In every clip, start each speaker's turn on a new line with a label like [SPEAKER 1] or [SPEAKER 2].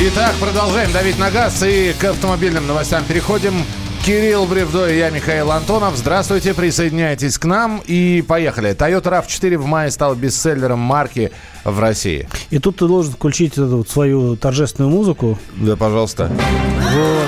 [SPEAKER 1] Итак, продолжаем давить на газ и к автомобильным новостям переходим. Кирилл Бревдо и я, Михаил Антонов. Здравствуйте, присоединяйтесь к нам и поехали. Toyota RAV4 в мае стал бестселлером марки в России.
[SPEAKER 2] И тут ты должен включить эту вот свою торжественную музыку.
[SPEAKER 1] Да, пожалуйста.
[SPEAKER 2] Вот.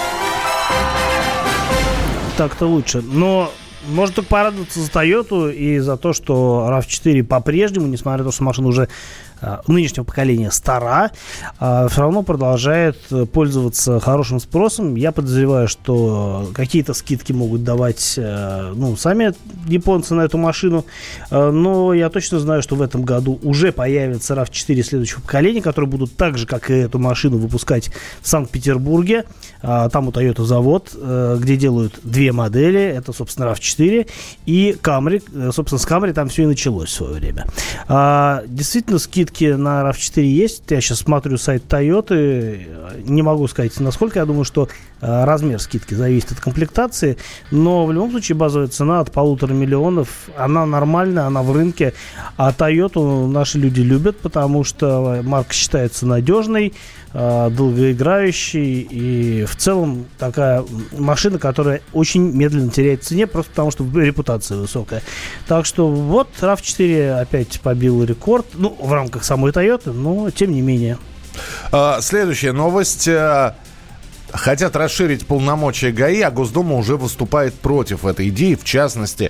[SPEAKER 2] Так-то лучше. Но можно только порадоваться за Toyota и за то, что RAV4 по-прежнему, несмотря на то, что машина уже нынешнего поколения стара, все равно продолжает пользоваться хорошим спросом. Я подозреваю, что какие-то скидки могут давать сами японцы на эту машину, но я точно знаю, что в этом году уже появится RAV4 следующего поколения, которые будут так же, как и эту машину, выпускать в Санкт-Петербурге. Там у Toyota завод, где делают две модели. Это, собственно, RAV4 и Camry. Собственно, с Camry там все и началось в свое время. Действительно, скидки на RAV4 есть. Я сейчас смотрю сайт Toyota. Не могу сказать, насколько. Я думаю, что размер скидки зависит от комплектации. Но в любом случае базовая цена от 1,5 миллиона. Она нормальная, она в рынке. А Toyota наши люди любят, потому что марка считается надежной, долгоиграющей. И в целом такая машина, которая очень медленно теряет в цене, просто потому что репутация высокая. Так что вот RAV4 опять побил рекорд. В рамках самой Toyota, но тем не менее.
[SPEAKER 1] Следующая новость. Хотят расширить полномочия ГАИ, а Госдума уже выступает против этой идеи. В частности,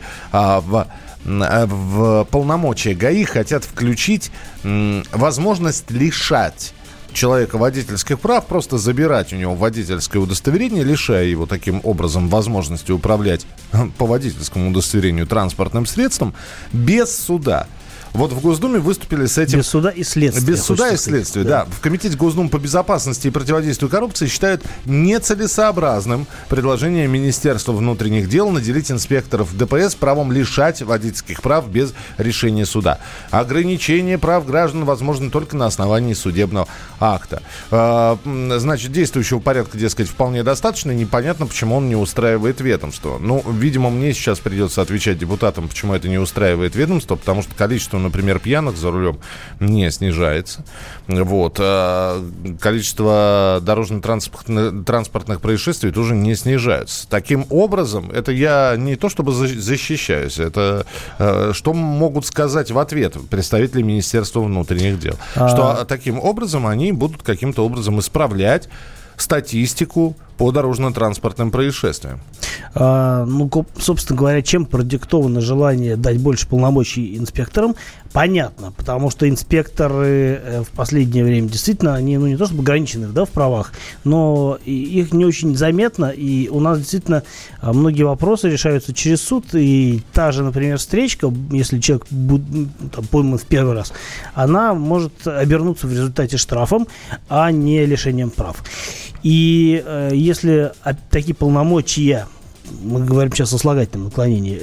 [SPEAKER 1] в полномочия ГАИ хотят включить возможность лишать человека водительских прав, просто забирать у него водительское удостоверение, лишая его таким образом возможности управлять по водительскому удостоверению транспортным средством без суда. Вот в Госдуме выступили с этим...
[SPEAKER 2] Без суда и следствия.
[SPEAKER 1] Без суда и следствия, да. В Комитете Госдумы по безопасности и противодействию коррупции считают нецелесообразным предложение Министерства внутренних дел наделить инспекторов ДПС правом лишать водительских прав без решения суда. Ограничение прав граждан возможно только на основании судебного акта. Значит, действующего порядка, дескать, вполне достаточно. Непонятно, почему он не устраивает ведомство. Видимо, мне сейчас придется отвечать депутатам, почему это не устраивает ведомство, потому что количество, например, пьяных за рулем не снижается. Вот. Количество дорожно-транспортных происшествий тоже не снижается. Таким образом, это я не то чтобы защищаюсь, это что могут сказать в ответ представители Министерства внутренних дел? Что таким образом они будут каким-то образом исправлять статистику по дорожно-транспортным происшествиям.
[SPEAKER 2] Собственно говоря, чем продиктовано желание дать больше полномочий инспекторам, понятно, потому что инспекторы в последнее время действительно, они, не то чтобы ограничены, в правах, но их не очень заметно, и у нас действительно многие вопросы решаются через суд, и та же, например, встречка, если человек пойман в первый раз, она может обернуться в результате штрафом, а не лишением прав. И если такие полномочия, мы говорим сейчас о слагательном наклонении,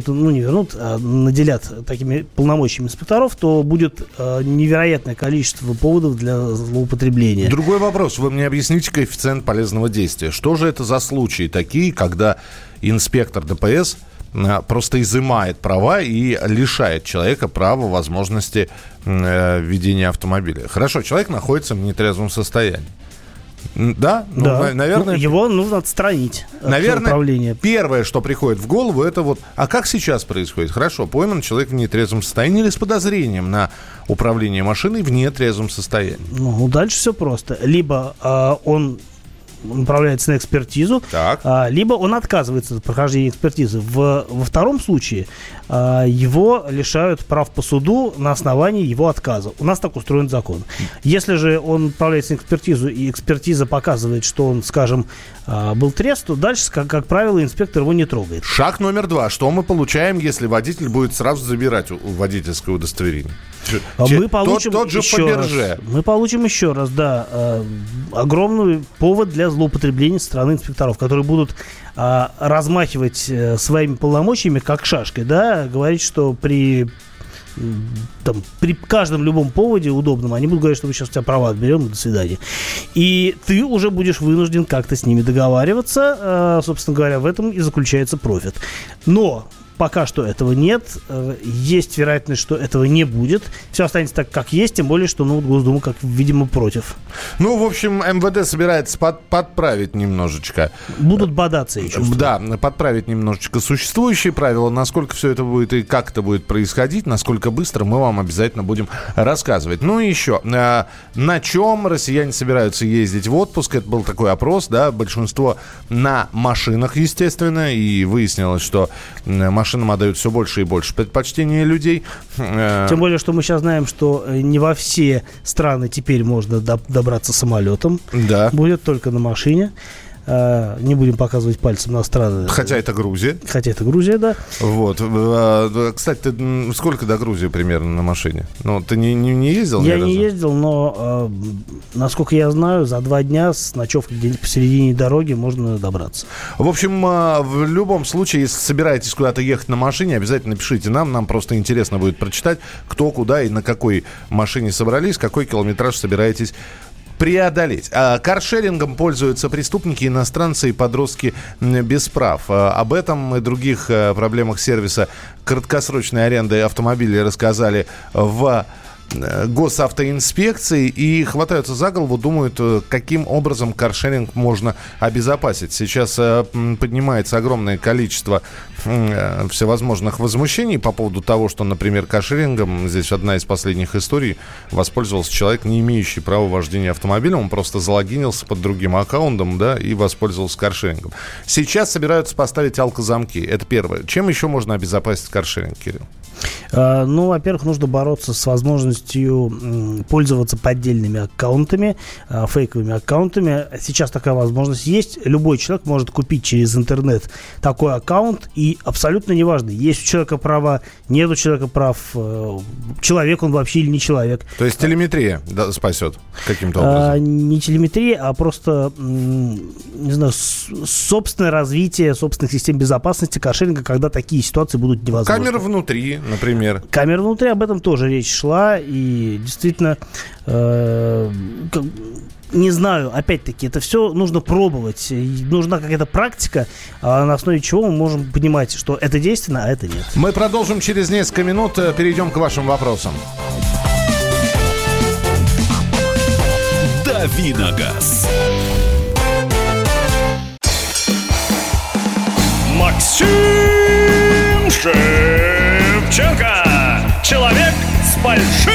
[SPEAKER 2] наделят такими полномочиями инспекторов, то будет невероятное количество поводов для злоупотребления.
[SPEAKER 1] Другой вопрос. Вы мне объясните коэффициент полезного действия. Что же это за случаи такие, когда инспектор ДПС просто изымает права и лишает человека права возможности ведения автомобиля? Хорошо, человек находится в нетрезвом состоянии. Да? Наверное,
[SPEAKER 2] его нужно отстранить от управления.
[SPEAKER 1] Первое, что приходит в голову, это а как сейчас происходит? Хорошо, пойман человек в нетрезвом состоянии или с подозрением на управление машиной в нетрезвом состоянии?
[SPEAKER 2] Дальше все просто. Либо он направляется на экспертизу, либо он отказывается от прохождения экспертизы. Во втором случае его лишают прав по суду на основании его отказа. У нас так устроен закон. Если же он отправляется на экспертизу, и экспертиза показывает, что он, скажем, был трезв, то дальше, как правило, инспектор его не трогает.
[SPEAKER 1] Шаг номер 2. Что мы получаем, если водитель будет сразу забирать водительское удостоверение?
[SPEAKER 2] Мы получим
[SPEAKER 1] тот же Фаберже.
[SPEAKER 2] Мы получим еще раз, огромный повод для злоупотребления со стороны инспекторов, которые будут размахивать своими полномочиями как шашкой, говорить, что при каждом любом поводе удобном они будут говорить, что мы сейчас у тебя права отберем, и до свидания. И ты уже будешь вынужден как-то с ними договариваться. Собственно говоря, в этом и заключается профит. Но пока что этого нет. Есть вероятность, что этого не будет. Все останется так, как есть, тем более, что Госдума, как видимо, против.
[SPEAKER 1] Ну, в общем, МВД собирается подправить немножечко.
[SPEAKER 2] Будут бодаться, я чувствую.
[SPEAKER 1] Да, подправить немножечко существующие правила. Насколько все это будет и как это будет происходить, насколько быстро, мы вам обязательно будем рассказывать. Ну и еще, на чем россияне собираются ездить в отпуск? Это был такой опрос, да, большинство на машинах, естественно, и выяснилось, что машинам отдают все больше и больше предпочтения людей.
[SPEAKER 2] Тем более, что мы сейчас знаем, что не во все страны теперь можно добраться самолетом.
[SPEAKER 1] Да.
[SPEAKER 2] Будет только на машине. Не будем показывать пальцем на страны.
[SPEAKER 1] Хотя это Грузия.
[SPEAKER 2] Да.
[SPEAKER 1] Вот. Кстати, ты сколько до Грузии примерно на машине? Ну, ты не ездил?
[SPEAKER 2] Я не ездил, но, насколько я знаю, за 2 дня с ночевкой где-нибудь посередине дороги можно добраться.
[SPEAKER 1] В общем, в любом случае, если собираетесь куда-то ехать на машине, обязательно пишите нам. Нам просто интересно будет прочитать, кто, куда и на какой машине собрались, какой километраж собираетесь преодолеть. Каршерингом пользуются преступники, иностранцы и подростки без прав. Об этом и других проблемах сервиса краткосрочной аренды автомобилей рассказали в госавтоинспекции и хватаются за голову, думают, каким образом каршеринг можно обезопасить. Сейчас поднимается огромное количество всевозможных возмущений по поводу того, что, например, каршерингом, здесь одна из последних историй, воспользовался человек, не имеющий права вождения автомобилем, он просто залогинился под другим аккаунтом, да, и воспользовался каршерингом. Сейчас собираются поставить алкозамки. Это первое. Чем еще можно обезопасить каршеринг, Кирилл?
[SPEAKER 2] Ну, во-первых, нужно бороться с возможностью пользоваться поддельными аккаунтами, фейковыми аккаунтами. Сейчас такая возможность есть. Любой человек может купить через интернет такой аккаунт, и абсолютно неважно, есть у человека права, нет у человека прав, человек он вообще или не человек.
[SPEAKER 1] То есть телеметрия спасет каким-то образом?
[SPEAKER 2] Не телеметрия, а просто, не знаю, собственное развитие собственных систем безопасности каршеринга, когда такие ситуации будут невозможны.
[SPEAKER 1] Камера внутри, например.
[SPEAKER 2] Камера внутри, об этом тоже речь шла. И действительно, не знаю, опять-таки, это все нужно пробовать. Нужна какая-то практика, на основе чего мы можем понимать, что это действенно, а это нет.
[SPEAKER 1] Мы продолжим через несколько минут. Перейдем к вашим вопросам.
[SPEAKER 3] Давиногаз.
[SPEAKER 4] Максим Шевченко. Человек с большим...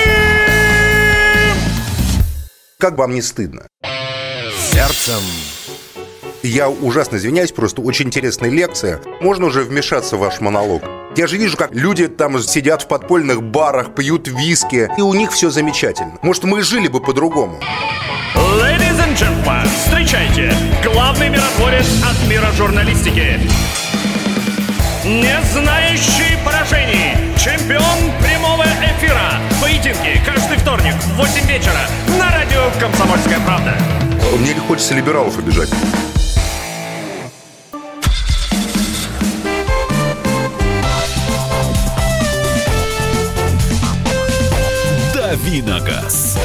[SPEAKER 5] Как вам не стыдно?
[SPEAKER 3] Сердцем.
[SPEAKER 5] Я ужасно извиняюсь, просто очень интересная лекция. Можно уже вмешаться в ваш монолог? Я же вижу, как люди там сидят в подпольных барах, пьют виски, и у них все замечательно. Может, мы жили бы по-другому?
[SPEAKER 4] Ladies and gentlemen, встречайте, главный миротворец от мира журналистики. Не знающий поражений, чемпион прямого эфира. Поединки каждый вторник в 8 вечера на радио «Комсомольская правда».
[SPEAKER 5] Мне хочется либералов обижать.
[SPEAKER 3] Давиногаз.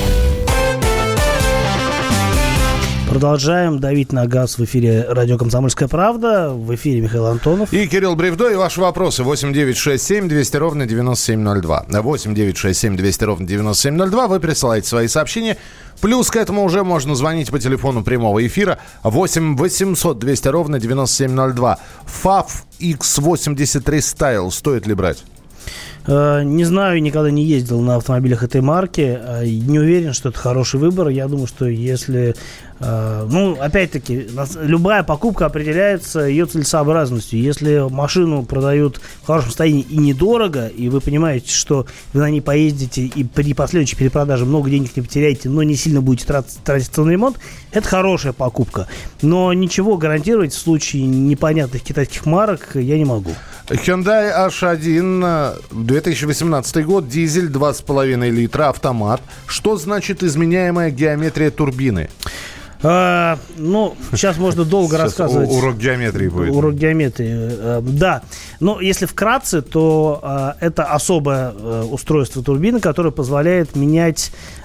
[SPEAKER 2] Продолжаем давить на газ в эфире радио «Комсомольская правда». В эфире Михаил Антонов.
[SPEAKER 1] И Кирилл Бревдо. И ваши вопросы 8967 200 ровно 9702. 8967 200 ровно 9702. Вы присылаете свои сообщения. Плюс к этому уже можно звонить по телефону прямого эфира 8 800 200 ровно 9702. ФАВ X83 Style стоит ли брать?
[SPEAKER 2] Не знаю, никогда не ездил на автомобилях этой марки. Не уверен, что это хороший выбор. Я думаю, что если... Ну, опять-таки, любая покупка определяется ее целесообразностью. Если машину продают в хорошем состоянии и недорого, и вы понимаете, что вы на ней поездите и при последующей перепродаже много денег не потеряете, но не сильно будете тратиться на ремонт, это хорошая покупка. Но ничего гарантировать в случае непонятных китайских марок я не могу.
[SPEAKER 1] Hyundai H1, 2018 год, дизель, 2,5 литра, автомат. Что значит изменяемая геометрия турбины?
[SPEAKER 2] Ну, сейчас можно долго рассказывать.
[SPEAKER 1] Урок геометрии будет.
[SPEAKER 2] Урок геометрии, да. Но если вкратце, то это особое устройство турбины, которое позволяет менять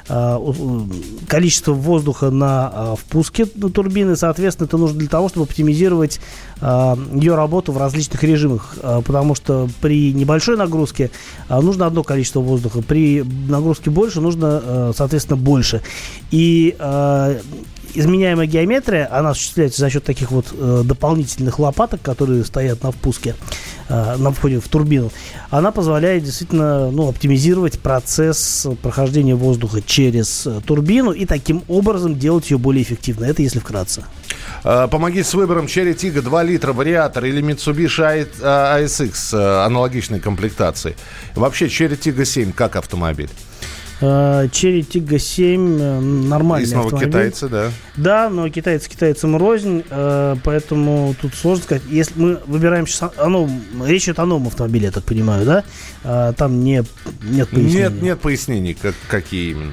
[SPEAKER 2] количество воздуха на впуске турбины. Соответственно, это нужно для того, чтобы оптимизировать ее работу в различных режимах. Потому что при небольшой нагрузке нужно одно количество воздуха. При нагрузке больше нужно, соответственно, больше. И изменяемая геометрия, она осуществляется за счет таких вот дополнительных лопаток, которые стоят на впуске, на входе в турбину. Она позволяет действительно оптимизировать процесс прохождения воздуха через турбину и таким образом делать ее более эффективной. Это если вкратце.
[SPEAKER 1] Помоги с выбором Cherry Tiggo 2 литра вариатор или Mitsubishi ASX аналогичной комплектации. Вообще Cherry Tiggo 7 как автомобиль?
[SPEAKER 2] Cherry Tiggo 7 нормальный
[SPEAKER 1] и снова
[SPEAKER 2] автомобиль.
[SPEAKER 1] Китайцы, да?
[SPEAKER 2] Да, но китайцы китайцам рознь, поэтому тут сложно сказать. Если мы выбираем сейчас... речь идет о новом автомобиле, я так понимаю, да? Там нет пояснений.
[SPEAKER 1] Нет пояснений, какие именно.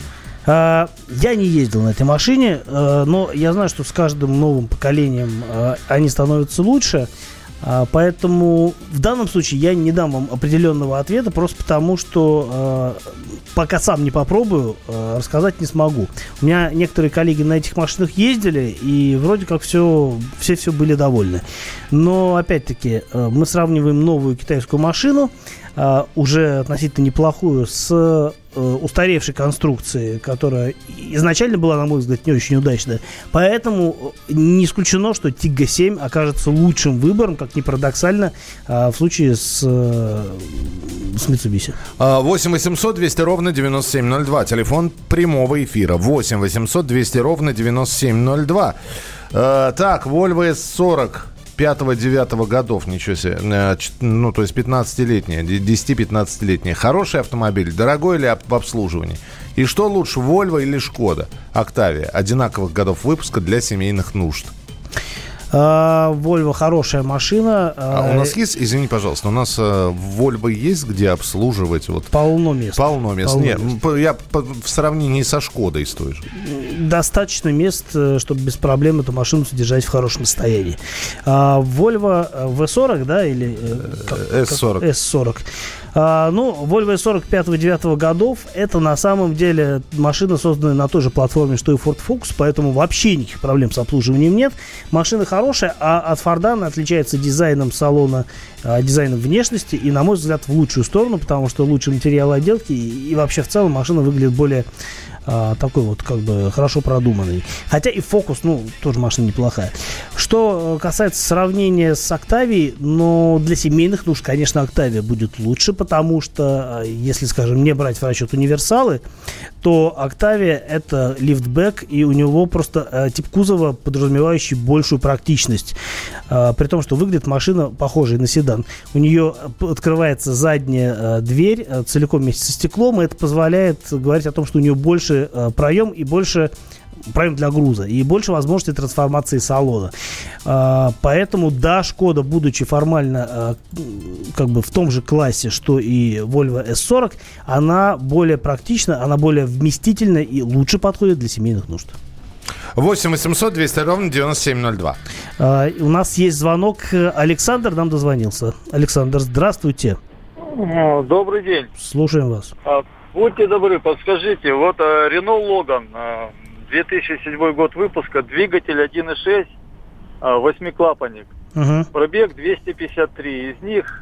[SPEAKER 2] Я не ездил на этой машине, но я знаю, что с каждым новым поколением они становятся лучше. Поэтому в данном случае я не дам вам определенного ответа, просто потому что пока сам не попробую, рассказать не смогу. У меня некоторые коллеги на этих машинах ездили, и вроде как все были довольны. Но опять-таки мы сравниваем новую китайскую машину, уже относительно неплохую, с устаревшей конструкции, которая изначально была, на мой взгляд, не очень удачная. Поэтому не исключено, что Tiggo 7 окажется лучшим выбором, как ни парадоксально, в случае с Mitsubishi.
[SPEAKER 1] 8 800 200 ровно 9702. Телефон прямого эфира. 8 800 200 ровно 9702. Так, Volvo S40 5-9 годов, ничего себе. То есть 15-летняя, 10-15-летняя. Хороший автомобиль, дорогой ли в обслуживании? И что лучше, Volvo или Шкода? Октавия, одинаковых годов выпуска для семейных нужд.
[SPEAKER 2] Volvo хорошая машина.
[SPEAKER 1] У нас есть, извини, пожалуйста, у нас в Volvo есть где обслуживать?
[SPEAKER 2] Полно мест.
[SPEAKER 1] Полно мест. Нет, я в сравнении со Шкодой с той же.
[SPEAKER 2] Достаточно мест, чтобы без проблем эту машину содержать в хорошем состоянии. Volvo V40, да, или
[SPEAKER 1] S40.
[SPEAKER 2] S40. Volvo S40 5-9 годов, это на самом деле машина, созданная на той же платформе, что и Ford Focus, поэтому вообще никаких проблем с обслуживанием нет. Машина хорошая, а от Ford она отличается дизайном салона, дизайном внешности и, на мой взгляд, в лучшую сторону, потому что лучше материалы отделки и вообще в целом машина выглядит более такой вот как бы хорошо продуманный. Хотя и Focus, тоже машина неплохая. Что касается сравнения с Octavia, для семейных нужд, конечно, Octavia будет лучше, потому что, если, скажем, не брать в расчет универсалы, то Octavia это лифтбэк, и у него просто тип кузова, подразумевающий большую практичность. При том, что выглядит машина похожая на седан. У нее открывается задняя дверь целиком вместе со стеклом, и это позволяет говорить о том, что у нее больше проем и больше проем для груза и больше возможностей трансформации салона. Поэтому, да, Шкода, будучи формально как бы в том же классе, что и Volvo S40, она более практична, она более вместительна и лучше подходит для семейных нужд.
[SPEAKER 1] 8 800 200 ровно 9702.
[SPEAKER 2] У нас есть звонок. Александр нам дозвонился. Александр, здравствуйте.
[SPEAKER 6] Добрый день.
[SPEAKER 2] Слушаем вас.
[SPEAKER 6] Будьте добры, подскажите, Renault Logan, 2007 год выпуска, двигатель 1.6, 8-клапанник. Пробег 253, из них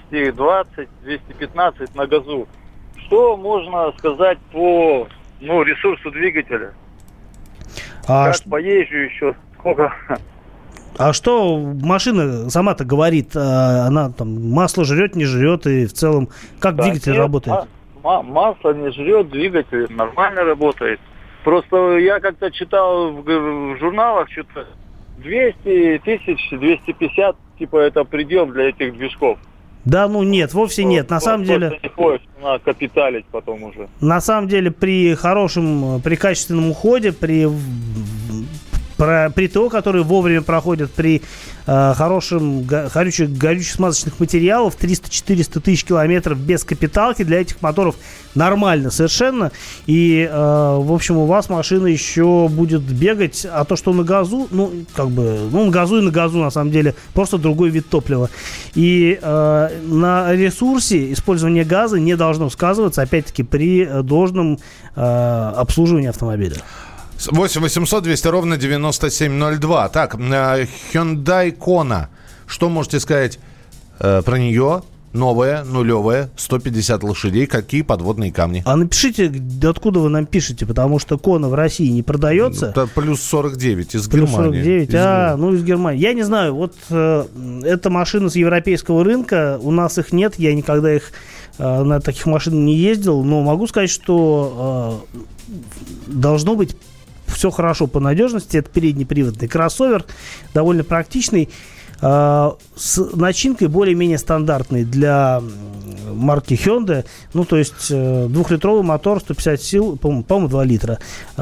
[SPEAKER 6] 220-215 на газу. Что можно сказать по ресурсу двигателя? Как поезжу еще? Сколько?
[SPEAKER 2] А что машина сама-то говорит? Она там масло жрет, не жрет, и в целом как двигатель работает?
[SPEAKER 6] Масло не жрет, двигатель нормально работает. Просто я как-то читал в журналах, что-то 200 тысяч, 250, типа это предел для этих движков.
[SPEAKER 2] Да, нет, вовсе нет. На самом деле...
[SPEAKER 6] Надо капиталить потом уже.
[SPEAKER 2] На самом деле при качественном уходе, при при ТО, которые вовремя проходят, при хороших горючих смазочных материалов, 300-400 тысяч километров без капиталки, для этих моторов нормально совершенно. И, в общем, у вас машина еще будет бегать, а то, что на газу, на газу и на газу, на самом деле, просто другой вид топлива. И на ресурсе использование газа не должно сказываться, опять-таки, при должном обслуживании автомобиля.
[SPEAKER 1] 8 800 200 ровно 9702. Так, Hyundai Kona. Что можете сказать про нее? Новая, нулевая, 150 лошадей. Какие подводные камни?
[SPEAKER 2] А напишите, откуда вы нам пишете, потому что Kona в России не продается.
[SPEAKER 1] Это плюс 49 из
[SPEAKER 2] плюс
[SPEAKER 1] Германии.
[SPEAKER 2] 49, из Германии. Я не знаю, вот эта машина с европейского рынка, у нас их нет, я никогда на таких машин не ездил, но могу сказать, что должно быть все хорошо по надежности. Это переднеприводный кроссовер, довольно практичный, с начинкой более-менее стандартной для марки Hyundai. То есть двухлитровый мотор, 150 сил, по-моему, 2 литра,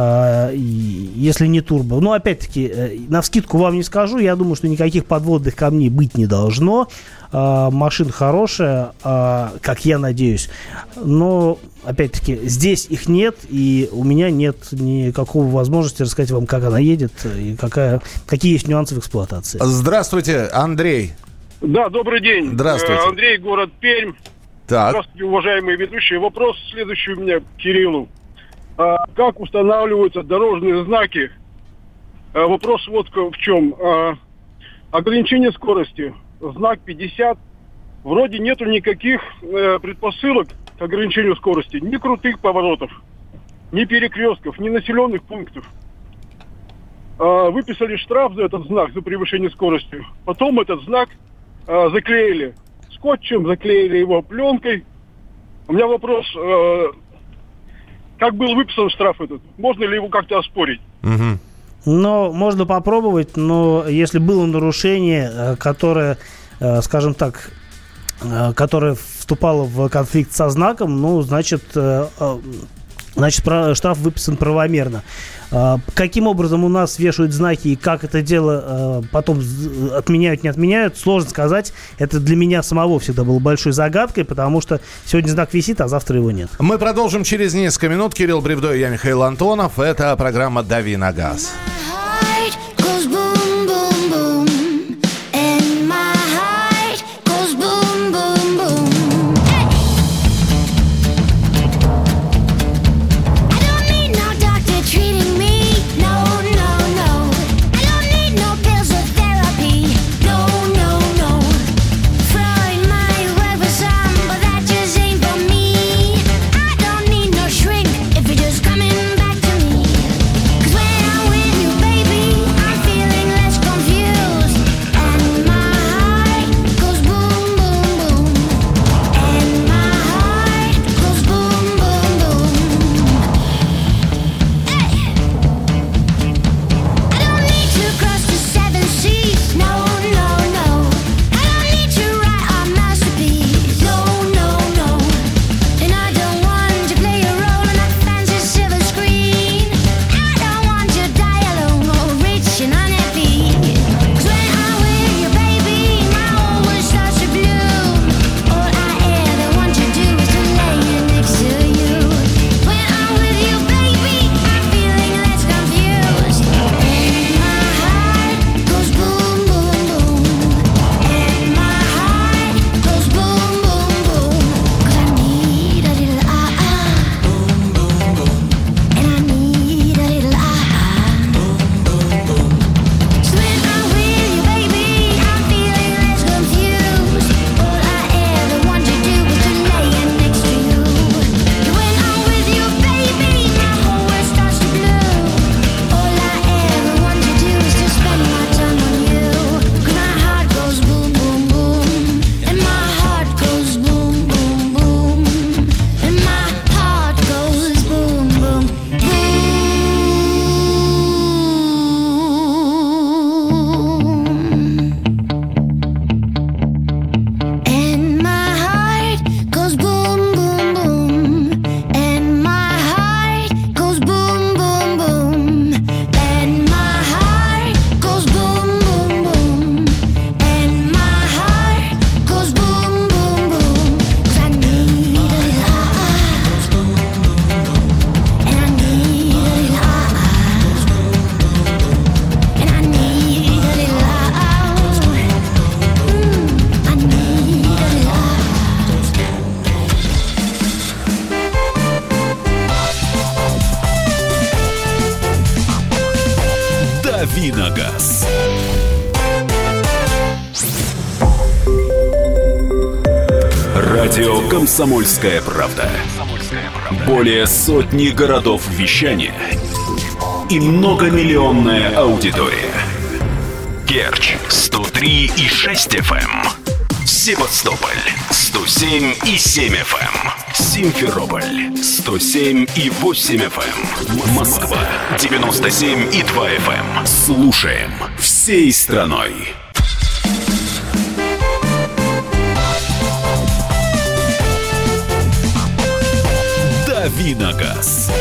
[SPEAKER 2] если не турбо. Но, опять-таки, навскидку вам не скажу. Я думаю, что никаких подводных камней быть не должно. Машина хорошая, как я надеюсь. Но, опять-таки, здесь их нет, и у меня нет никакой возможности рассказать вам, как она едет и какие есть нюансы в эксплуатации.
[SPEAKER 1] Здравствуйте, Андрей.
[SPEAKER 7] Да, добрый день.
[SPEAKER 1] Здравствуйте.
[SPEAKER 7] Андрей, город Пермь.
[SPEAKER 1] Так.
[SPEAKER 7] Здравствуйте, уважаемые ведущие. Вопрос следующий у меня к Кириллу. Как устанавливаются дорожные знаки? Вопрос вот в чем. Ограничение скорости. Знак 50. Вроде нету никаких предпосылок к ограничению скорости. Ни крутых поворотов, ни перекрестков, ни населенных пунктов. Выписали штраф за этот знак, за превышение скорости. Потом этот знак заклеили скотчем, заклеили его пленкой. У меня вопрос, как был выписан штраф этот? Можно ли его как-то оспорить?
[SPEAKER 1] Угу.
[SPEAKER 2] Можно попробовать, но если было нарушение, которое, скажем так, которое вступало в конфликт со знаком, значит, штраф выписан правомерно. Каким образом у нас вешают знаки и как это дело потом отменяют, не отменяют, сложно сказать. Это для меня самого всегда было большой загадкой, потому что сегодня знак висит, а завтра его нет.
[SPEAKER 1] Мы продолжим через несколько минут. Кирилл Бревдо и я, Михаил Антонов. Это программа «Дави на газ».
[SPEAKER 8] Coming back to me, 'cause when I'm with you
[SPEAKER 3] «Дави на газ». Радио «Комсомольская правда». Более сотни городов вещания и многомиллионная аудитория. Керчь 103,6 FM. Севастополь 107,7 FM. Симферополь 107,8 FM. Москва 97,2 FM. Слушаем всей страной. «Дави на газ».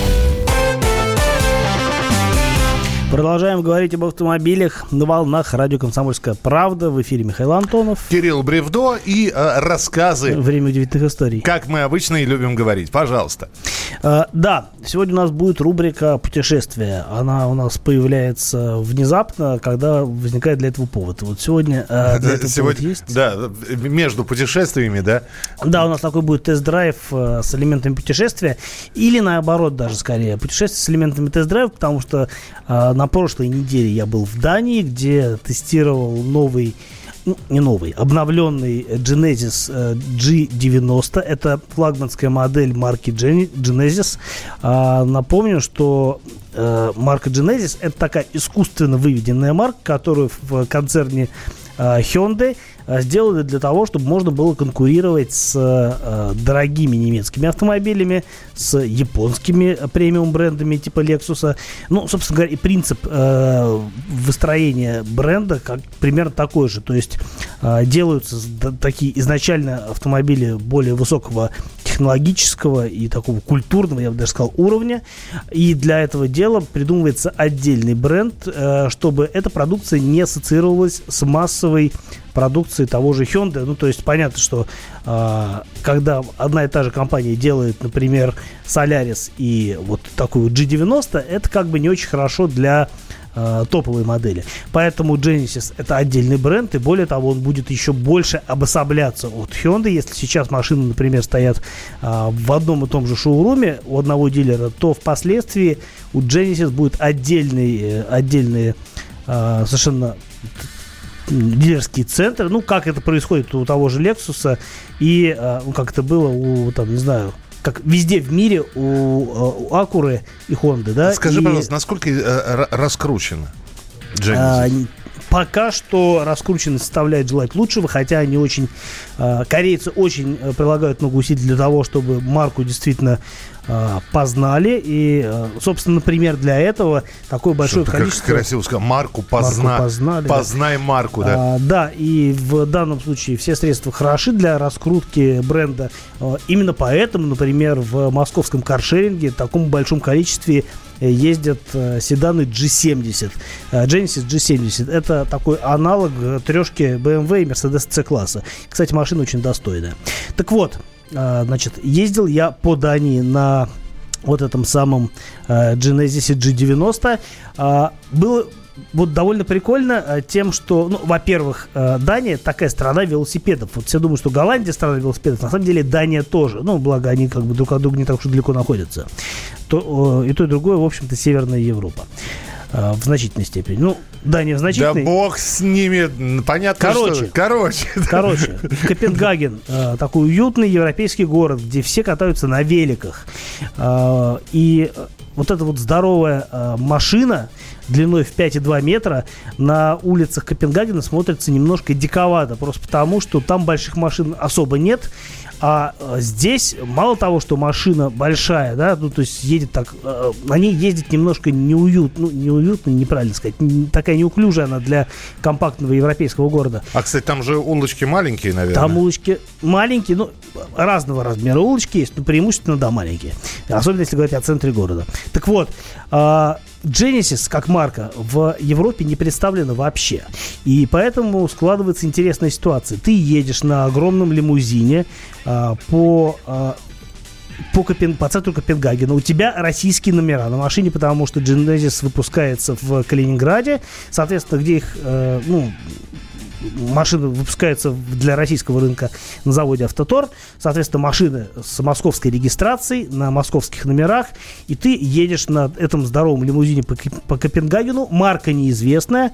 [SPEAKER 2] Продолжаем говорить об автомобилях на волнах радио «Комсомольская правда». В эфире Михаил Антонов.
[SPEAKER 1] Кирилл Бревдо и рассказы.
[SPEAKER 2] Время удивительных историй.
[SPEAKER 1] Как мы обычно и любим говорить. Пожалуйста.
[SPEAKER 2] Да, сегодня у нас будет рубрика «Путешествия». Она у нас появляется внезапно, когда возникает для этого повод. Вот сегодня для этого повод есть.
[SPEAKER 1] Да, между путешествиями, да?
[SPEAKER 2] Да, у нас такой будет тест-драйв с элементами путешествия. Или наоборот даже скорее. Путешествие с элементами тест-драйва, потому что на прошлой неделе я был в Дании, где тестировал обновленный Genesis G90. Это флагманская модель марки Genesis. Напомню, что марка Genesis — это такая искусственно выведенная марка, которую в концерне Hyundai сделали для того, чтобы можно было конкурировать с дорогими немецкими автомобилями, с японскими премиум-брендами типа Lexus. Ну, собственно говоря, и принцип выстроения бренда примерно такой же. То есть делаются такие изначально автомобили более высокого технологического и такого культурного, я бы даже сказал, уровня. И для этого дела придумывается отдельный бренд, чтобы эта продукция не ассоциировалась с массовой продукции того же Hyundai. Ну, то есть понятно, что когда одна и та же компания делает, например, Solaris и вот такую G90, это как бы не очень хорошо для топовой модели. Поэтому Genesis — это отдельный бренд, и более того, он будет еще больше обособляться от Hyundai. Если сейчас машины, например, стоят в одном и том же шоуруме у одного дилера, то впоследствии у Genesis будет отдельные совершенно дилерские центры, ну, как это происходит у того же Lexus, и как это было у, там, не знаю, как везде в мире у Acura и Honda, да?
[SPEAKER 1] Скажи, пожалуйста, насколько раскручено Genesis?
[SPEAKER 2] Пока что раскрученность составляет желать лучшего, хотя они очень... корейцы очень прилагают много усилий для того, чтобы марку действительно познали. И, собственно, например, для этого такое большое количество...
[SPEAKER 1] Как красиво сказал, марку познали. Познай марку, да.
[SPEAKER 2] Да, и в данном случае все средства хороши для раскрутки бренда. Именно поэтому, например, в московском каршеринге в таком большом количестве ездят седаны G70. Genesis G70 — это такой аналог трешки BMW и Mercedes C-класса. Кстати, машина очень достойная. Так вот, значит, ездил я по Дании на вот этом самом Genesis G90. Было вот довольно прикольно тем, что, ну, во-первых, Дания такая страна велосипедов. Вот все думают, что Голландия страна велосипедов. На самом деле Дания тоже. Ну, благо они как бы друг от друга не так уж далеко находятся. И то, и другое, в общем-то, Северная Европа. В значительной степени. Ну, Дания в значительной...
[SPEAKER 1] Да бог с ними. Понятно, Короче.
[SPEAKER 2] Копенгаген. Такой уютный европейский город, где все катаются на великах. И вот эта вот здоровая машина длиной в 5,2 метра на улицах Копенгагена смотрится немножко диковато. Просто потому, что там больших машин особо нет. А здесь мало того, что машина большая, да, ну, то есть едет так, на ней ездить немножко неуютно, неправильно сказать, такая неуклюжая она для компактного европейского города.
[SPEAKER 1] А, кстати, там же улочки маленькие, наверное.
[SPEAKER 2] Там улочки маленькие, ну, разного размера улочки есть, но преимущественно, да, маленькие. Особенно, если говорить о центре города. Так вот, Genesis, как марка, в Европе не представлена вообще. И поэтому складывается интересная ситуация. Ты едешь на огромном лимузине по центру Копенгагена. У тебя российские номера на машине, потому что Genesis выпускается в Калининграде. Соответственно, где их, машина выпускается для российского рынка на заводе «Автотор». Соответственно, машины с московской регистрацией, на московских номерах. И ты едешь на этом здоровом лимузине по Копенгагену. Марка неизвестная.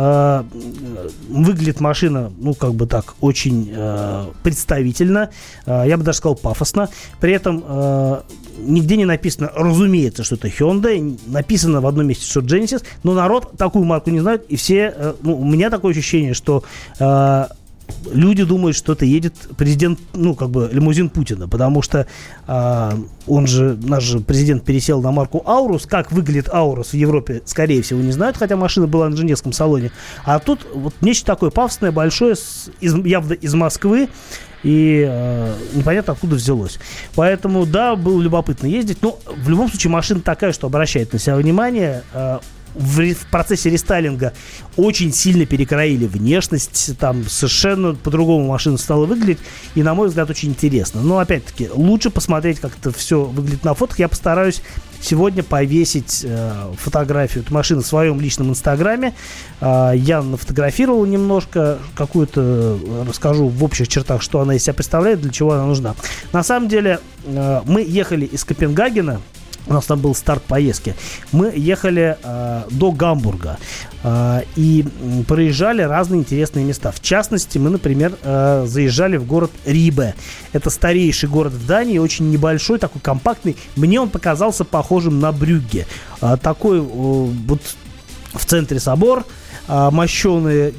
[SPEAKER 2] Выглядит машина, очень представительно. Я бы даже сказал, пафосно. При этом нигде не написано, разумеется, что это Hyundai. Написано в одном месте, что Genesis. Но народ такую марку не знает. И все... у меня такое ощущение, что люди думают, что это едет президент, лимузин Путина. Потому что наш же президент пересел на марку Аурус. Как выглядит Аурус в Европе, скорее всего, не знают. Хотя машина была на женевском салоне. А тут вот нечто такое пафосное, большое, явно из Москвы. И непонятно, откуда взялось. Поэтому, да, было любопытно ездить. Но в любом случае машина такая, что обращает на себя внимание. В процессе рестайлинга очень сильно перекроили внешность. Там совершенно по-другому машина стала выглядеть. И, на мой взгляд, очень интересно. Но, опять-таки, лучше посмотреть, как это все выглядит на фотках. Я постараюсь сегодня повесить фотографию этой машины в своем личном инстаграме. Я нафотографировал немножко. Какую-то расскажу в общих чертах, что она из себя представляет, для чего она нужна. На самом деле, мы ехали из Копенгагена. У нас там был старт поездки. Мы ехали до Гамбурга и проезжали разные интересные места. В частности, мы, например, заезжали в город Рибе. Это старейший город в Дании, очень небольшой, такой компактный. Мне он показался похожим на Брюгге. Такой вот в центре собор, мощеные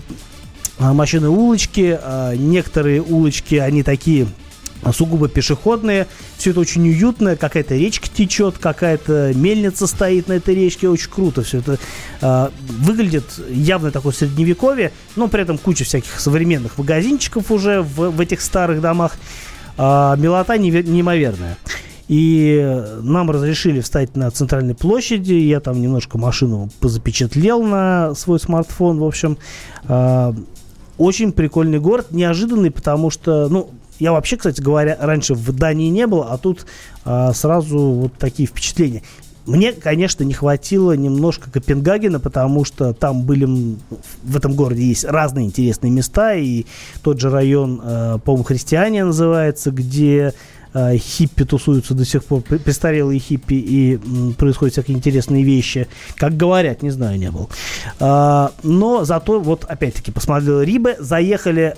[SPEAKER 2] улочки. Некоторые улочки, они такие... сугубо пешеходные, все это очень уютно, какая-то речка течет, какая-то мельница стоит на этой речке, очень круто все это выглядит, явно такое средневековье, но при этом куча всяких современных магазинчиков уже в этих старых домах, милота неимоверная. И нам разрешили встать на центральной площади, я там немножко машину позапечатлел на свой смартфон, в общем, очень прикольный город, неожиданный, потому что, я вообще, кстати говоря, раньше в Дании не был, а тут сразу вот такие впечатления. Мне, конечно, не хватило немножко Копенгагена, потому что там были, в этом городе есть разные интересные места, и тот же район, по-моему, Христиане называется, где хиппи тусуются до сих пор, престарелые хиппи, и происходят всякие интересные вещи. Как говорят, не знаю, не был. Но зато, вот опять-таки, посмотрел Рибе, заехали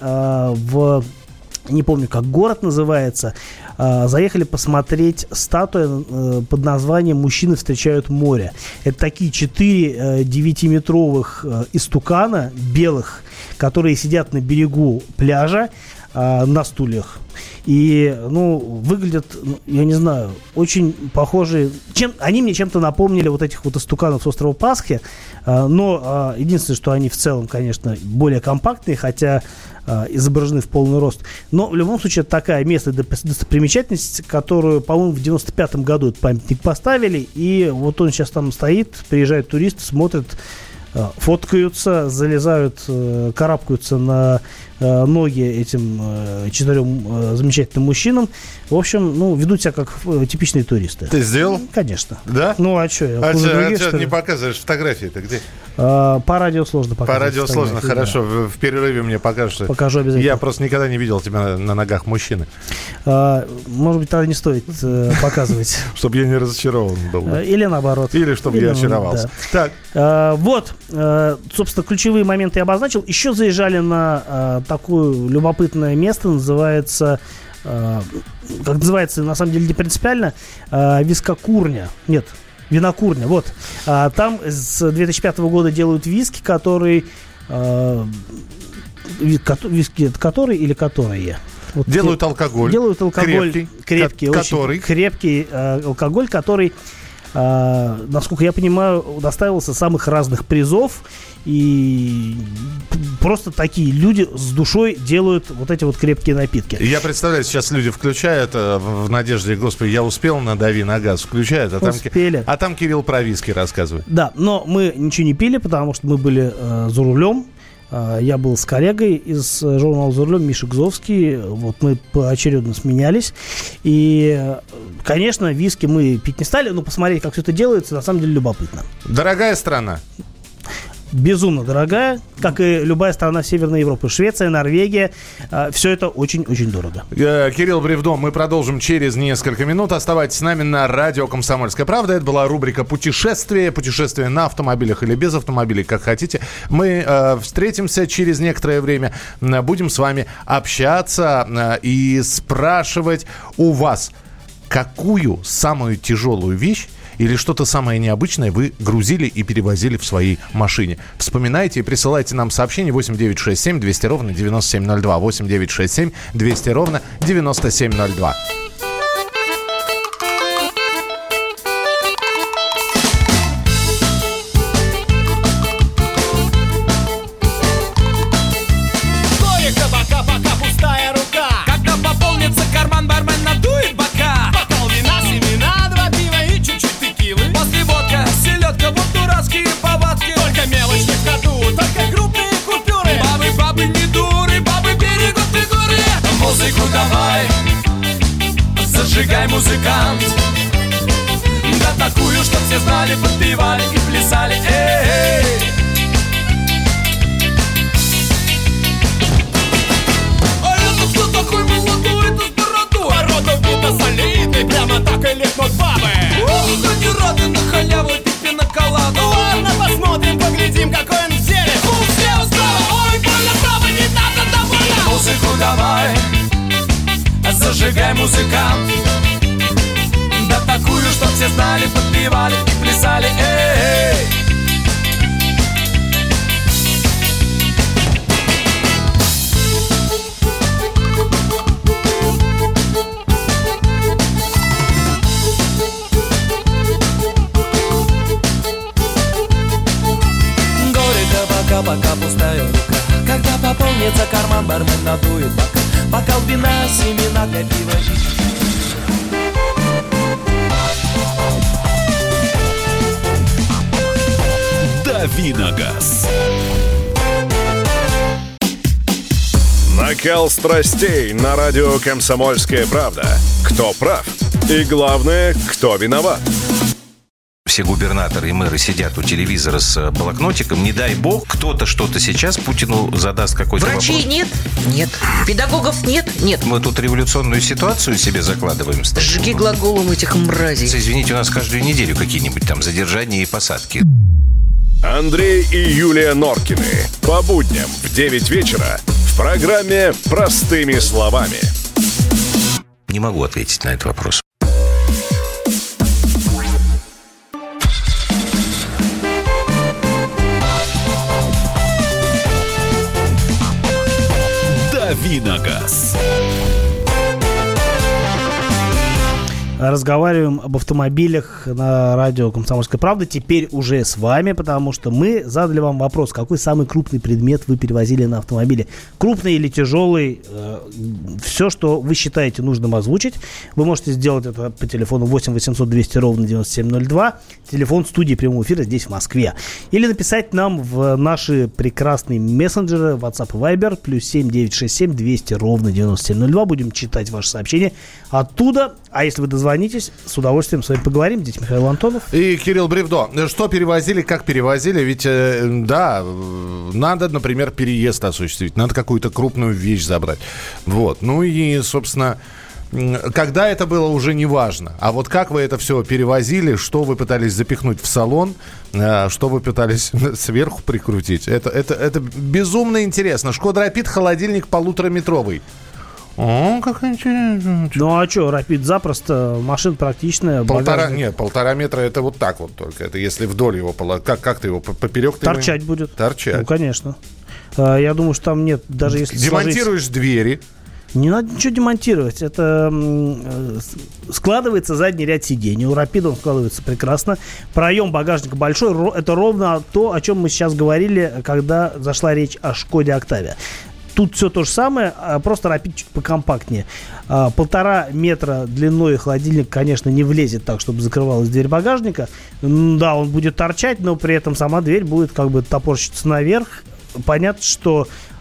[SPEAKER 2] не помню, как город называется, заехали посмотреть статую под названием «Мужчины встречают море». Это такие 4 9-метровых истукана белых, которые сидят на берегу пляжа на стульях. И, выглядят, я не знаю, очень похожие. Они мне чем-то напомнили вот этих вот истуканов с острова Пасхи. Но единственное, что они в целом, конечно, более компактные, хотя изображены в полный рост. Но в любом случае это такая местная достопримечательность, которую, по-моему, в 95-м году этот памятник поставили. И вот он сейчас там стоит, приезжают туристы, смотрят, фоткаются, залезают, карабкаются на ноги этим 4 замечательным мужчинам. В общем, ведут себя как типичные туристы.
[SPEAKER 1] Ты сделал?
[SPEAKER 2] Конечно.
[SPEAKER 1] Да?
[SPEAKER 2] А что? Я хуже других, что ли?
[SPEAKER 1] Не показываешь фотографии-то где?
[SPEAKER 2] По радио сложно показать.
[SPEAKER 1] По радио сложно, хорошо. Да. В перерыве мне покажешь.
[SPEAKER 2] Покажу обязательно.
[SPEAKER 1] Я просто никогда не видел тебя на ногах мужчины.
[SPEAKER 2] Может быть, тогда не стоит показывать.
[SPEAKER 1] Чтобы я не разочарован был.
[SPEAKER 2] Или наоборот.
[SPEAKER 1] Или чтобы я очаровался.
[SPEAKER 2] Так. Вот, собственно, ключевые моменты я обозначил. Еще заезжали на такое любопытное место, называется, как называется, на самом деле не принципиально, вискокурня. Нет, винокурня, вот. Там с 2005 года делают виски, которые... Виски, который или которые? Вот
[SPEAKER 1] делают алкоголь.
[SPEAKER 2] Делают алкоголь крепкий,
[SPEAKER 1] который...
[SPEAKER 2] очень крепкий алкоголь, который, насколько я понимаю, удостаивался самых разных призов. И просто такие люди с душой делают вот эти вот крепкие напитки.
[SPEAKER 1] Я представляю, сейчас люди включают в надежде, господи, я успел, надави на газ, включают, а там Кирилл про виски рассказывает.
[SPEAKER 2] Да, но мы ничего не пили, потому что мы были за рулем. Я был с коллегой из журнала «За рулем», Миша Гзовский. Вот мы поочередно сменялись. И, конечно, виски мы пить не стали, но посмотреть, как все это делается, на самом деле любопытно.
[SPEAKER 1] Дорогая страна.
[SPEAKER 2] безумно дорогая, как и любая страна Северной Европы. Швеция, Норвегия, все это очень-очень дорого.
[SPEAKER 1] Кирилл Бревдо, мы продолжим через несколько минут. Оставайтесь с нами на радио «Комсомольская правда». Это была рубрика «Путешествие». Путешествие на автомобилях или без автомобилей, как хотите. Мы встретимся через некоторое время. Будем с вами общаться и спрашивать у вас, какую самую тяжелую вещь или что-то самое необычное вы грузили и перевозили в своей машине. Вспоминайте и присылайте нам сообщение 8967 200 ровно 9702. 8967 200 ровно 9702.
[SPEAKER 8] Зажигай, музыкант, да такую, чтоб все знали, подпевали и плясали. Эй! А это кто такой молодой, это с бородой? Порода вида солидный, прямо так и лепнут бабы. Ох, они рады на халяву пить пиноколаду. Ладно, посмотрим, поглядим, какой он в деле. Слева, справа, ой, больно, право, не надо, довольно. Музыку давай, зажигай, музыкант, да такую, чтоб все знали, подпевали и плясали. Эй! Горько пока пустая рука, когда пополнится карман, бармен надует бока. Бокал вина, семена для пива.
[SPEAKER 3] Давиногаз.
[SPEAKER 9] Накал страстей на радио «Комсомольская правда». Кто прав? И главное, кто виноват?
[SPEAKER 10] Все губернаторы и мэры сидят у телевизора с блокнотиком. Не дай бог, кто-то что-то сейчас Путину задаст какой-то вопрос.
[SPEAKER 11] Врачей нет? Нет. Педагогов нет? Нет.
[SPEAKER 10] Мы тут революционную ситуацию себе закладываем.
[SPEAKER 11] Сжиги глаголом этих мразей.
[SPEAKER 10] Извините, у нас каждую неделю какие-нибудь там задержания и посадки.
[SPEAKER 9] Андрей и Юлия Норкины. По будням в 9 вечера в программе «Простыми словами».
[SPEAKER 10] Не могу ответить на этот вопрос.
[SPEAKER 3] Давиногаз.
[SPEAKER 2] Разговариваем об автомобилях на радио «Комсомольская правда». Теперь уже с вами, потому что мы задали вам вопрос, какой самый крупный предмет вы перевозили на автомобиле. Крупный или тяжелый, все, что вы считаете нужным озвучить. Вы можете сделать это по телефону 8 800 200 ровно 9702. Телефон студии прямого эфира здесь, в Москве. Или написать нам в наши прекрасные мессенджеры WhatsApp и Viber +7 967 200 ровно 9702. Будем читать ваши сообщения оттуда. А если вы дозвонитесь, с удовольствием с вами поговорим. Здесь Михаил Антонов.
[SPEAKER 1] И Кирилл Бревдо. Что перевозили, как перевозили? Ведь, да, надо, например, переезд осуществить. Надо какую-то крупную вещь забрать. Вот. Ну и, собственно, когда это было, уже не важно. А вот как вы это все перевозили, что вы пытались запихнуть в салон, что вы пытались сверху прикрутить. Это безумно интересно. Шкода Рапид, холодильник 1,5-метровый. О, как интересно.
[SPEAKER 2] Ну а что, Рапид запросто, машина практичная.
[SPEAKER 1] Полтора метра это вот так вот только. Это если вдоль его, как ты его поперек...
[SPEAKER 2] Торчать будет.
[SPEAKER 1] Торчать.
[SPEAKER 2] Ну, конечно. Я думаю, что там нет, даже если
[SPEAKER 1] демонтируешь
[SPEAKER 2] сложить...
[SPEAKER 1] двери.
[SPEAKER 2] Не надо ничего демонтировать. Это складывается задний ряд сидений. У Рапида он складывается прекрасно. Проем багажника большой. Это ровно то, о чем мы сейчас говорили, когда зашла речь о Шкоде Октавия. Тут все то же самое, просто Рапид чуть покомпактнее. 1,5 метра длиной холодильник, конечно, не влезет так, чтобы закрывалась дверь багажника. Да, он будет торчать, но при этом сама дверь будет как бы топорщиться наверх. Понятно, что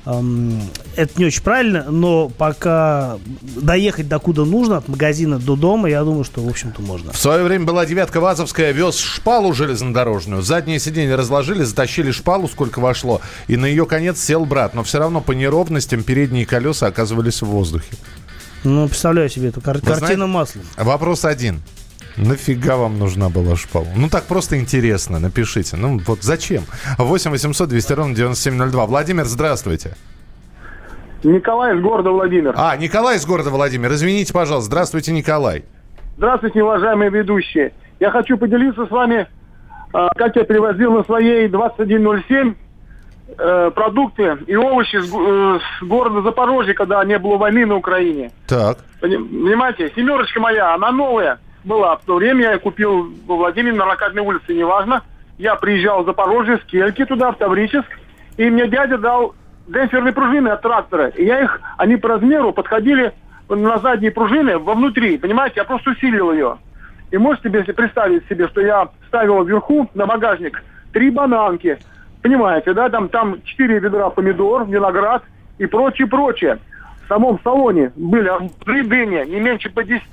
[SPEAKER 2] это не очень правильно, но пока доехать докуда нужно, от магазина до дома, я думаю, что, в общем-то, можно.
[SPEAKER 1] В свое время была девятка ВАЗовская, вез шпалу железнодорожную. Задние сиденья разложили, затащили шпалу, сколько вошло, и на ее конец сел брат. Но все равно по неровностям передние колеса оказывались в воздухе.
[SPEAKER 2] Ну, представляю себе эту картину маслом.
[SPEAKER 1] Вопрос один. Нафига вам нужна была шпала? Ну, так просто интересно, напишите. Ну, вот зачем? 8 800 200 ровно 9702. Владимир, здравствуйте.
[SPEAKER 7] Николай из города Владимир.
[SPEAKER 1] Николай из города Владимир. Извините, пожалуйста. Здравствуйте, Николай.
[SPEAKER 7] Здравствуйте, уважаемые ведущие. Я хочу поделиться с вами, как я перевозил на своей 2107 продукты и овощи с города Запорожья, когда не было войны на Украине.
[SPEAKER 1] Так.
[SPEAKER 7] Понимаете, семерочка моя, она новая была. В то время я ее купил во Владимире на Ракадной улице, неважно. Я приезжал в Запорожье, с Кельки туда, в Таврическ, и мне дядя дал демпферные пружины от трактора. И они по размеру подходили на задние пружины вовнутри, понимаете, я просто усилил ее. И можете себе представить себе, что я ставил вверху на багажник 3 бананки, понимаете, да, там 4 ведра помидор, виноград и прочее. В самом салоне были 3 дыни, не меньше по 10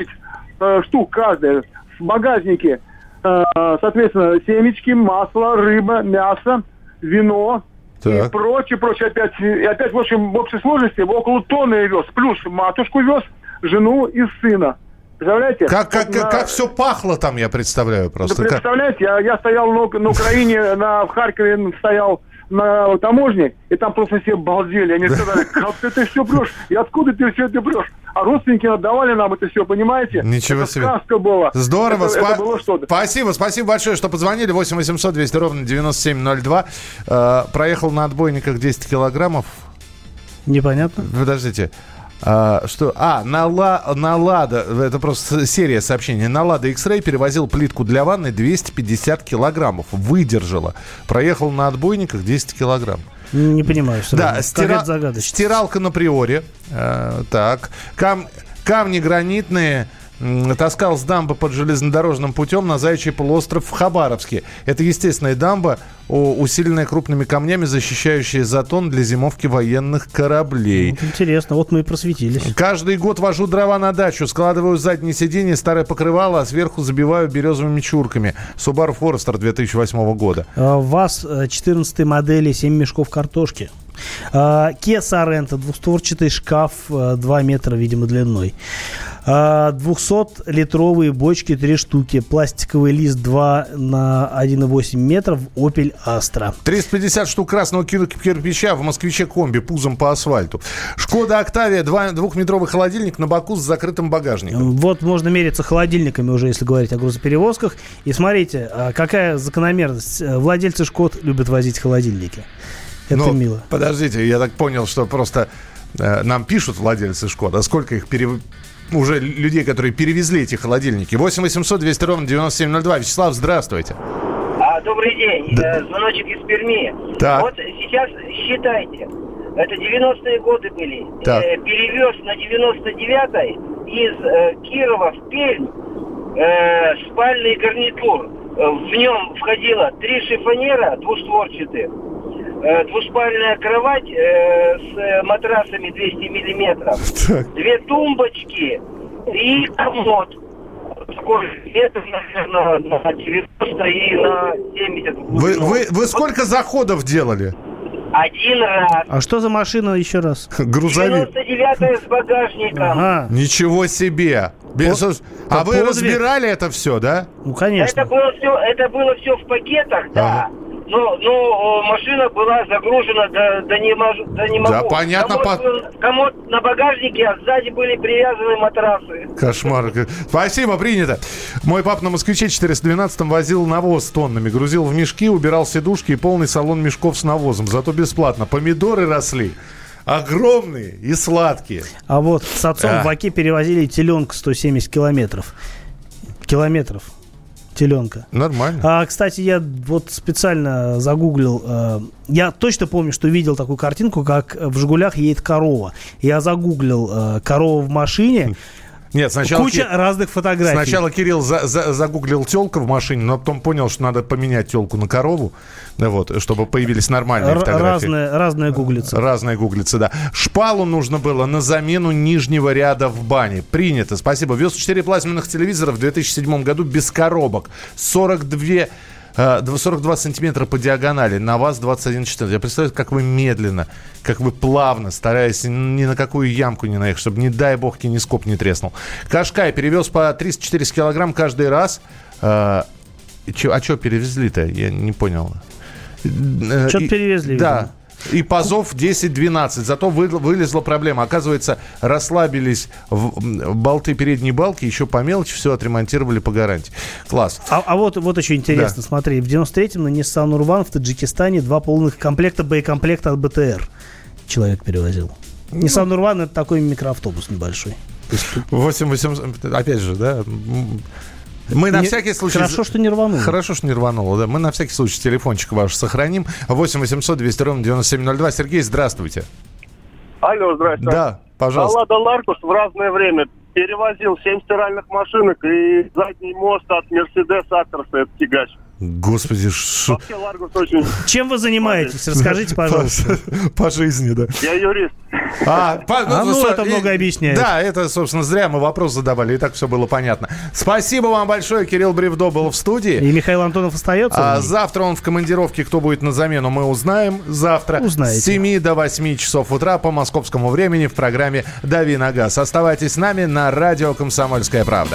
[SPEAKER 7] штук каждая. В багажнике, соответственно, семечки, масло, рыба, мясо, вино. Так. И прочее. Опять, в общем, в общей сложности около тонны я вез. Плюс матушку вез, жену и сына. Представляете?
[SPEAKER 1] Как все пахло там, я представляю просто.
[SPEAKER 7] Да, представляете, я стоял на Украине, в Харькове стоял на таможне, и там просто все балдели. Они сказали, как ты это все брешь? И откуда ты все это брешь? А родственники отдавали нам это все, понимаете?
[SPEAKER 1] Ничего себе.
[SPEAKER 7] Сказка была.
[SPEAKER 1] Здорово.
[SPEAKER 7] Это было что-то.
[SPEAKER 1] Спасибо большое, что позвонили. 8 800 200 ровно 9702. Проехал на отбойниках 10 килограммов.
[SPEAKER 2] Непонятно.
[SPEAKER 1] Подождите. На Лада, это просто серия сообщений. На Лада X-Ray перевозил плитку для ванны 250 килограммов. Выдержала. Проехал на отбойниках 10 килограмм.
[SPEAKER 2] Не понимаю, что
[SPEAKER 1] да, стиралка на Приоре. Так. Камни гранитные. Таскал с дамбы под железнодорожным путем на Заячий полуостров в Хабаровске. Это естественная дамба, усиленная крупными камнями, защищающая затон для зимовки военных кораблей.
[SPEAKER 2] Вот интересно, вот мы и просветились.
[SPEAKER 1] Каждый год вожу дрова на дачу, складываю задние сиденья, старое покрывало, а сверху забиваю березовыми чурками. Subaru Forester 2008 года.
[SPEAKER 2] ВАЗ 14 модели, 7 мешков картошки. Kia Sorento, двухстворчатый шкаф 2 метра, видимо, длиной. 200-литровые бочки 3 штуки. Пластиковый лист 2 на 1,8 метров. Opel Astra.
[SPEAKER 1] 350 штук красного кирпича в москвиче комби пузом по асфальту. Шкода Октавия, 2-метровый холодильник на боку с закрытым багажником.
[SPEAKER 2] Вот можно мериться холодильниками уже, если говорить о грузоперевозках. И смотрите, какая закономерность. Владельцы Шкод любят возить холодильники. Это мило.
[SPEAKER 1] Подождите, я так понял, что просто нам пишут владельцы Шкод, а сколько их уже людей, которые перевезли эти холодильники. 8 800 200 ровно 9702. Вячеслав, здравствуйте.
[SPEAKER 12] Добрый день. Звоночек из Перми.
[SPEAKER 1] Так.
[SPEAKER 12] Вот сейчас считайте. Это 90-е годы были. Перевез на 99-й из Кирова в Пермь спальный гарнитур. В нем входило 3 шифонера двустворчатых, двуспальная кровать с матрасами 200 миллиметров, 2 тумбочки и комод. Это, наверное, на 90 и на 70.
[SPEAKER 1] Вы сколько заходов делали?
[SPEAKER 12] 1 раз.
[SPEAKER 2] А что за машина еще раз?
[SPEAKER 1] Грузовик.
[SPEAKER 12] 99-я с багажником.
[SPEAKER 2] Ага.
[SPEAKER 1] Ничего себе. Вы разбирали это все, да?
[SPEAKER 2] Ну, конечно.
[SPEAKER 12] Это было все в пакетах, да.
[SPEAKER 1] Ага.
[SPEAKER 12] Но машина была загружена до не могу.
[SPEAKER 1] Да, понятно.
[SPEAKER 12] Комод на багажнике, а сзади были привязаны матрасы.
[SPEAKER 1] Кошмар. Спасибо, принято. Мой папа на «Москвиче» 412-м возил навоз тоннами. Грузил в мешки, убирал сидушки и полный салон мешков с навозом. Зато бесплатно. Помидоры росли. Огромные и сладкие.
[SPEAKER 2] А вот с отцом в Оке перевозили теленка 170 километров. Теленка.
[SPEAKER 1] Нормально.
[SPEAKER 2] Кстати, я вот специально загуглил. Я точно помню, что видел такую картинку, как в «Жигулях» едет корова. Я загуглил корова в машине.
[SPEAKER 1] Нет, сначала...
[SPEAKER 2] Куча разных фотографий.
[SPEAKER 1] Сначала Кирилл загуглил телку в машине, но потом понял, что надо поменять телку на корову, вот, чтобы появились нормальные фотографии.
[SPEAKER 2] Разные гуглицы.
[SPEAKER 1] Разные гуглицы, да. Шпалу нужно было на замену нижнего ряда в бане. Принято, спасибо. Вез 4 плазменных телевизора в 2007 году без коробок. 42 сантиметра по диагонали, на ВАЗ 2114. Я представляю, как вы медленно, как вы плавно, стараясь ни на какую ямку не наехать, чтобы, не дай бог, кинескоп не треснул. Кашкай перевез по 340 килограмм каждый раз. А что перевезли-то? Я не понял.
[SPEAKER 2] Что-то перевезли.
[SPEAKER 1] Да.
[SPEAKER 2] Видимо.
[SPEAKER 1] И пазов 10-12. Зато вылезла проблема. Оказывается, расслабились болты передней балки, еще по мелочи все отремонтировали по гарантии. Класс.
[SPEAKER 2] А вот еще интересно,
[SPEAKER 1] да.
[SPEAKER 2] Смотри, в 93-м на Nissan Urban в Таджикистане 2 полных комплекта боекомплекта от БТР человек перевозил. Nissan Urban — это такой микроавтобус небольшой.
[SPEAKER 1] 8800, опять же, да... Мы на всякий случай...
[SPEAKER 2] Хорошо, что не рвануло.
[SPEAKER 1] Хорошо, что не рвануло, да. Мы на всякий случай телефончик ваш сохраним. 8 800 200 ровно 9702. Сергей, здравствуйте.
[SPEAKER 12] Алло, здравствуйте.
[SPEAKER 1] Да, пожалуйста.
[SPEAKER 12] Лада Ларгус в разное время перевозил 7 стиральных машинок и задний мост от Мерседес Актраса, это тягач.
[SPEAKER 1] Господи, что...
[SPEAKER 12] Вообще Ларгус очень...
[SPEAKER 2] Чем вы занимаетесь? Расскажите, пожалуйста.
[SPEAKER 1] По жизни, да.
[SPEAKER 12] Я юрист.
[SPEAKER 2] Это много объясняет.
[SPEAKER 1] Да, это, собственно, зря мы вопрос задавали, и так все было понятно. Спасибо вам большое. Кирилл Бревдо был в студии.
[SPEAKER 2] И Михаил Антонов остается.
[SPEAKER 1] Завтра он в командировке. Кто будет на замену, мы узнаем завтра.
[SPEAKER 2] Узнаете.
[SPEAKER 1] С 7 до 8 часов утра по московскому времени в программе «Дави на газ». Оставайтесь с нами на радио «Комсомольская правда».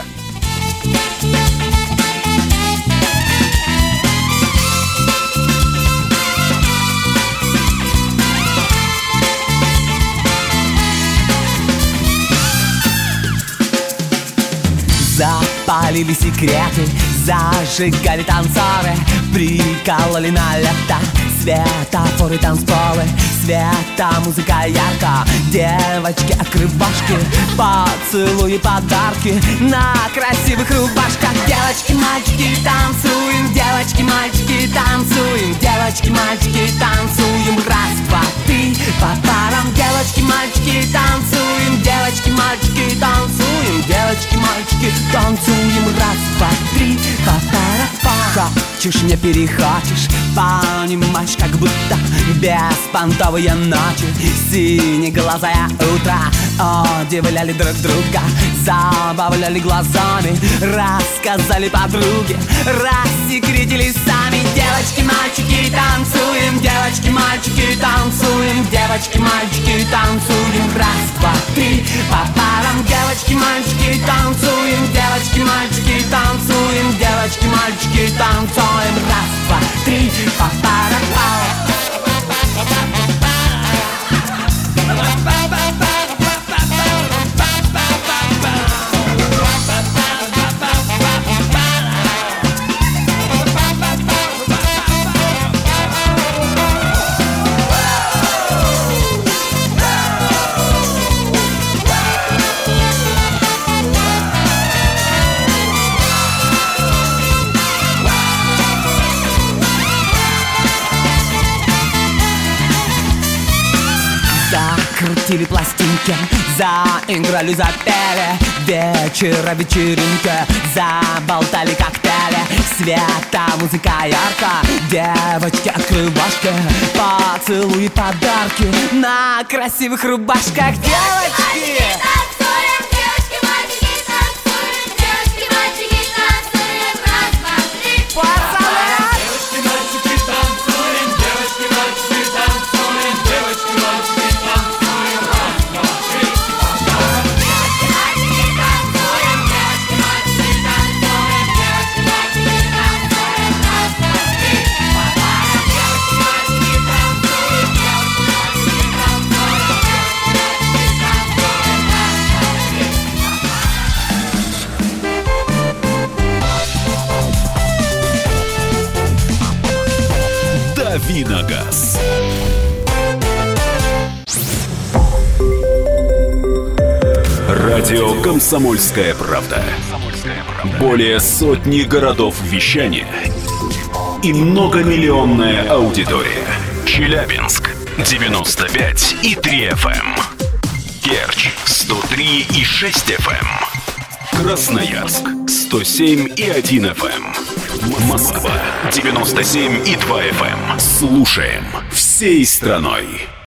[SPEAKER 8] Запалили секреты, зажигали танцоры, прикололи на лето светофоры, танцполы, света, музыка ярко, девочки-акробашки, поцелуи, подарки на красивых рубашках. Девочки, мальчики, танцуем, девочки, мальчики, танцуем, девочки, мальчики, танцуем, раз, два, три, по парам. Девочки, мальчики, танцуем, девочки, мальчики, танцуем, девочки, мальчики, танцуем, раз, два, три, по парам. Хочешь, не перехочешь, понимаешь, как будто беспонтовые ночи, синеглазое утро удивляли друг друга, забавляли глазами, рассказали подруге, рассекретили сами. Девочки, мальчики, танцуем, девочки, мальчики, танцуем, девочки, мальчики, танцуем, раз, два, три, по парам. Девочки, мальчики, танцуем, девочки, мальчики, танцуем, девочки, мальчики, танцуем, раз, два, три, по парам. Крутили пластинки, заиграли, запели, вечера, вечеринки, заболтали коктейли, света, музыка ярко, девочки-акробашки, поцелуи, подарки на красивых рубашках. Девочки!
[SPEAKER 3] Давиногаз. Радио «Комсомольская правда». Более сотни городов вещания и многомиллионная аудитория. Челябинск 95,3 FM. Керчь 103,6 FM. Красноярск 107,1 FM. Москва 97,2 FM. Слушаем всей страной.